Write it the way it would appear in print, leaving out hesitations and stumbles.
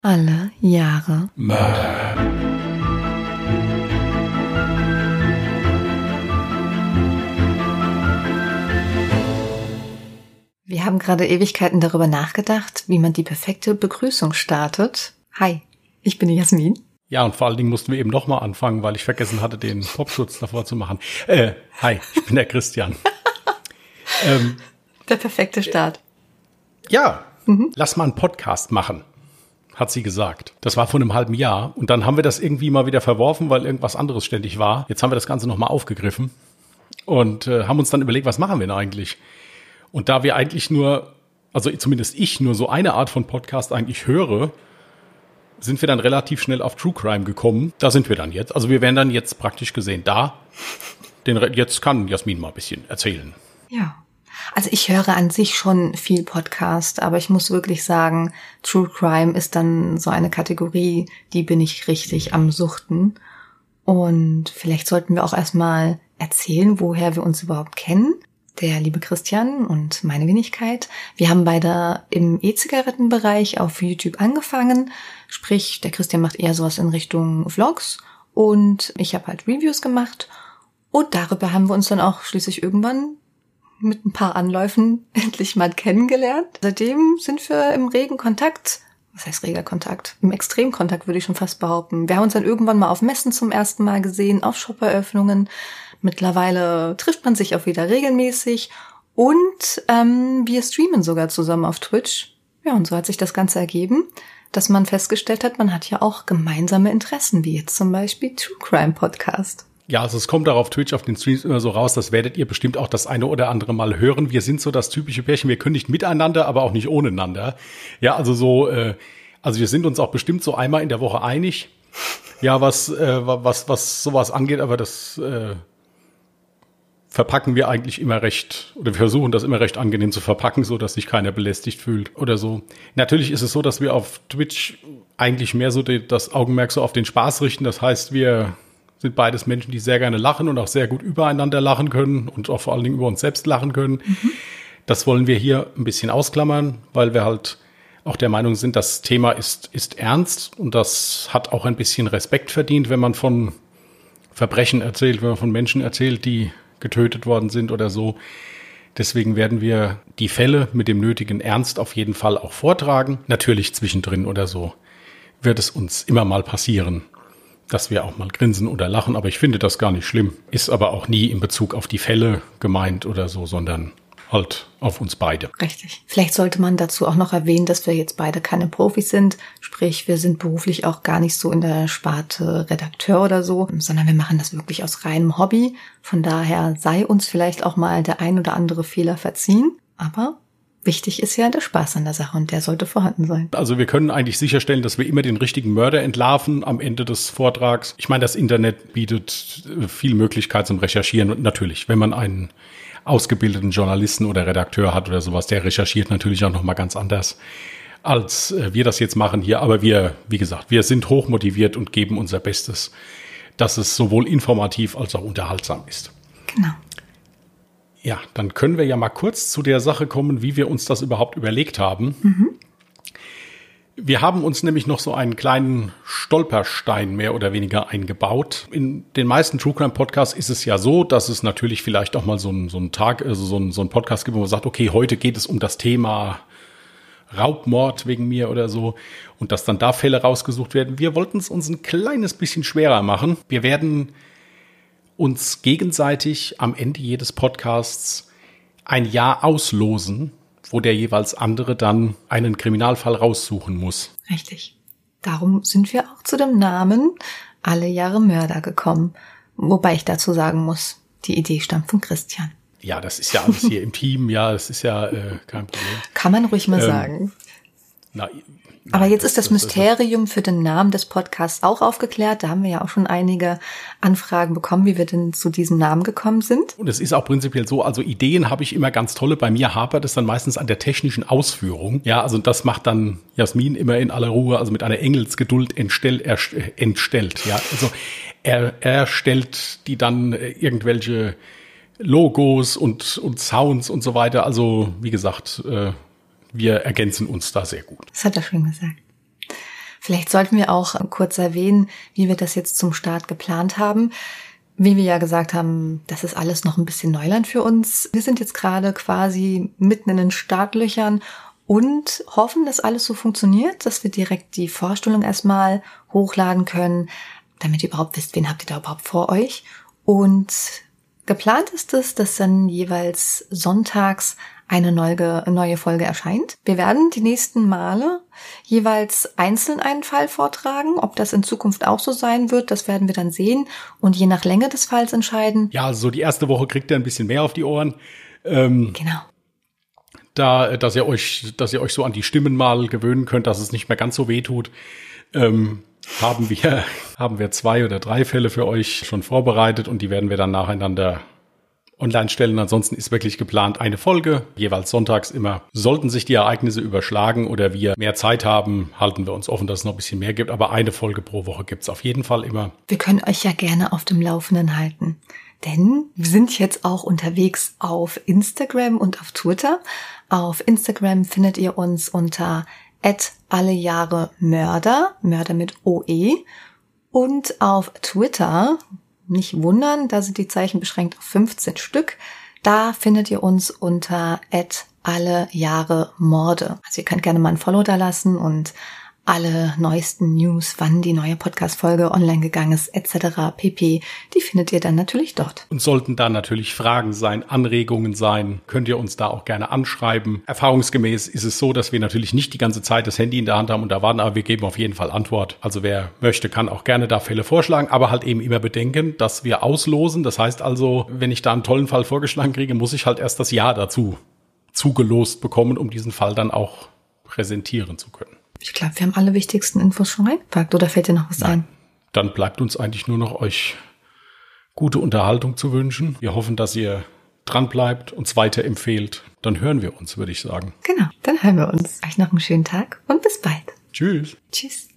Alle Jahre Mörder. Wir haben gerade Ewigkeiten darüber nachgedacht, wie man die perfekte Begrüßung startet. Hi, ich bin die Jasmin. Ja, und vor allen Dingen mussten wir eben noch mal anfangen, weil ich vergessen hatte, den Popschutz davor zu machen. Hi, ich bin der Christian. Der perfekte Start. Ja, lass mal einen Podcast machen, hat sie gesagt. Das war vor einem halben Jahr. Und dann haben wir das irgendwie mal wieder verworfen, weil irgendwas anderes ständig war. Jetzt haben wir das Ganze noch mal aufgegriffen und haben uns dann überlegt, was machen wir denn eigentlich? Und da wir eigentlich nur, also zumindest ich, nur so eine Art von Podcast eigentlich höre, sind wir dann relativ schnell auf True Crime gekommen. Da sind wir dann jetzt. Also wir wären dann jetzt praktisch gesehen da. Jetzt kann Jasmin mal ein bisschen erzählen. Ja, also ich höre an sich schon viel Podcast, aber ich muss wirklich sagen, True Crime ist dann so eine Kategorie, die bin ich richtig am Suchten. Und vielleicht sollten wir auch erstmal erzählen, woher wir uns überhaupt kennen. Der liebe Christian und meine Wenigkeit. Wir haben beide im E-Zigarettenbereich auf YouTube angefangen. Sprich, der Christian macht eher sowas in Richtung Vlogs und ich habe halt Reviews gemacht. Und darüber haben wir uns dann auch schließlich irgendwann mit ein paar Anläufen endlich mal kennengelernt. Seitdem sind wir im regen Kontakt. Was heißt reger Kontakt? Im Extremkontakt würde ich schon fast behaupten. Wir haben uns dann irgendwann mal auf Messen zum ersten Mal gesehen, auf Shop-Eröffnungen. Mittlerweile trifft man sich auch wieder regelmäßig und wir streamen sogar zusammen auf Twitch. Ja, und so hat sich das Ganze ergeben, dass man festgestellt hat, man hat ja auch gemeinsame Interessen, wie jetzt zum Beispiel True Crime Podcast. Ja, also es kommt auch auf Twitch, auf den Streams immer so raus, das werdet ihr bestimmt auch das eine oder andere Mal hören. Wir sind so das typische Pärchen, wir können nicht miteinander, aber auch nicht ohneinander. Ja, also so, also wir sind uns auch bestimmt so einmal in der Woche einig. Ja, was sowas angeht, aber das verpacken wir eigentlich immer recht, oder wir versuchen das immer recht angenehm zu verpacken, so dass sich keiner belästigt fühlt oder so. Natürlich ist es so, dass wir auf Twitch eigentlich mehr so das Augenmerk so auf den Spaß richten. Das heißt, wir sind beides Menschen, die sehr gerne lachen und auch sehr gut übereinander lachen können und auch vor allen Dingen über uns selbst lachen können. Das wollen wir hier ein bisschen ausklammern, weil wir halt auch der Meinung sind, das Thema ist ernst und das hat auch ein bisschen Respekt verdient, wenn man von Verbrechen erzählt, wenn man von Menschen erzählt, die getötet worden sind oder so. Deswegen werden wir die Fälle mit dem nötigen Ernst auf jeden Fall auch vortragen. Natürlich zwischendrin oder so wird es uns immer mal passieren, dass wir auch mal grinsen oder lachen. Aber ich finde das gar nicht schlimm. Ist aber auch nie in Bezug auf die Fälle gemeint oder so, sondern halt auf uns beide. Richtig. Vielleicht sollte man dazu auch noch erwähnen, dass wir jetzt beide keine Profis sind. Sprich, wir sind beruflich auch gar nicht so in der Sparte Redakteur oder so, sondern wir machen das wirklich aus reinem Hobby. Von daher sei uns vielleicht auch mal der ein oder andere Fehler verziehen. Aber wichtig ist ja der Spaß an der Sache und der sollte vorhanden sein. Also wir können eigentlich sicherstellen, dass wir immer den richtigen Mörder entlarven am Ende des Vortrags. Ich meine, das Internet bietet viel Möglichkeit zum Recherchieren und natürlich, wenn man einen ausgebildeten Journalisten oder Redakteur hat oder sowas, der recherchiert natürlich auch nochmal ganz anders, als wir das jetzt machen hier. Aber wir, wie gesagt, wir sind hochmotiviert und geben unser Bestes, dass es sowohl informativ als auch unterhaltsam ist. Genau. Ja, dann können wir ja mal kurz zu der Sache kommen, wie wir uns das überhaupt überlegt haben. Wir haben uns nämlich noch so einen kleinen Stolperstein mehr oder weniger eingebaut. In den meisten True Crime Podcasts ist es ja so, dass es natürlich vielleicht auch mal so einen Tag, also so einen Podcast gibt, wo man sagt, okay, heute geht es um das Thema Raubmord wegen mir oder so und dass dann da Fälle rausgesucht werden. Wir wollten es uns ein kleines bisschen schwerer machen. Wir werden uns gegenseitig am Ende jedes Podcasts ein Jahr auslosen, wo der jeweils andere dann einen Kriminalfall raussuchen muss. Richtig. Darum sind wir auch zu dem Namen Alle Jahre Mörder gekommen. Wobei ich dazu sagen muss, die Idee stammt von Christian. Ja, das ist ja alles hier im Team. Ja, das ist ja kein Problem. Kann man ruhig mal sagen. Aber jetzt ist das Mysterium für den Namen des Podcasts auch aufgeklärt. Da haben wir ja auch schon einige Anfragen bekommen, wie wir denn zu diesem Namen gekommen sind. Und es ist auch prinzipiell so, also Ideen habe ich immer ganz tolle. Bei mir hapert es dann meistens an der technischen Ausführung. Ja, also das macht dann Jasmin immer in aller Ruhe, also mit einer Engelsgeduld entstellt. Ja, also er stellt die dann irgendwelche Logos und Sounds und so weiter. Also wie gesagt, wir ergänzen uns da sehr gut. Das hat er schön gesagt. Vielleicht sollten wir auch kurz erwähnen, wie wir das jetzt zum Start geplant haben. Wie wir ja gesagt haben, das ist alles noch ein bisschen Neuland für uns. Wir sind jetzt gerade quasi mitten in den Startlöchern und hoffen, dass alles so funktioniert, dass wir direkt die Vorstellung erstmal hochladen können, damit ihr überhaupt wisst, wen habt ihr da überhaupt vor euch. Und geplant ist es, dass dann jeweils sonntags eine neue Folge erscheint. Wir werden die nächsten Male jeweils einzeln einen Fall vortragen. Ob das in Zukunft auch so sein wird, das werden wir dann sehen und je nach Länge des Falls entscheiden. Ja, also die erste Woche kriegt ihr ein bisschen mehr auf die Ohren. Genau. Dass ihr euch so an die Stimmen mal gewöhnen könnt, dass es nicht mehr ganz so weh tut. Haben wir 2 oder 3 Fälle für euch schon vorbereitet und die werden wir dann nacheinander online stellen. Ansonsten ist wirklich geplant eine Folge, jeweils sonntags immer. Sollten sich die Ereignisse überschlagen oder wir mehr Zeit haben, halten wir uns offen, dass es noch ein bisschen mehr gibt. Aber eine Folge pro Woche gibt's auf jeden Fall immer. Wir können euch ja gerne auf dem Laufenden halten. Denn wir sind jetzt auch unterwegs auf Instagram und auf Twitter. Auf Instagram findet ihr uns unter @allejahremörder, Mörder mit OE. Und auf Twitter, nicht wundern, da sind die Zeichen beschränkt auf 15 Stück. Da findet ihr uns unter @allejahremorde. Also ihr könnt gerne mal ein Follow da lassen und alle neuesten News, wann die neue Podcast-Folge online gegangen ist, etc. pp. Die findet ihr dann natürlich dort. Und sollten da natürlich Fragen sein, Anregungen sein, könnt ihr uns da auch gerne anschreiben. Erfahrungsgemäß ist es so, dass wir natürlich nicht die ganze Zeit das Handy in der Hand haben und da warten, aber wir geben auf jeden Fall Antwort. Also wer möchte, kann auch gerne da Fälle vorschlagen, aber halt eben immer bedenken, dass wir auslosen. Das heißt also, wenn ich da einen tollen Fall vorgeschlagen kriege, muss ich halt erst das Ja dazu zugelost bekommen, um diesen Fall dann auch präsentieren zu können. Ich glaube, wir haben alle wichtigsten Infos schon reingepackt. Oder fällt dir noch was ein? Dann bleibt uns eigentlich nur noch euch gute Unterhaltung zu wünschen. Wir hoffen, dass ihr dran bleibt, uns weiterempfehlt. Dann hören wir uns, würde ich sagen. Genau, dann hören wir uns. Euch noch einen schönen Tag und bis bald. Tschüss. Tschüss.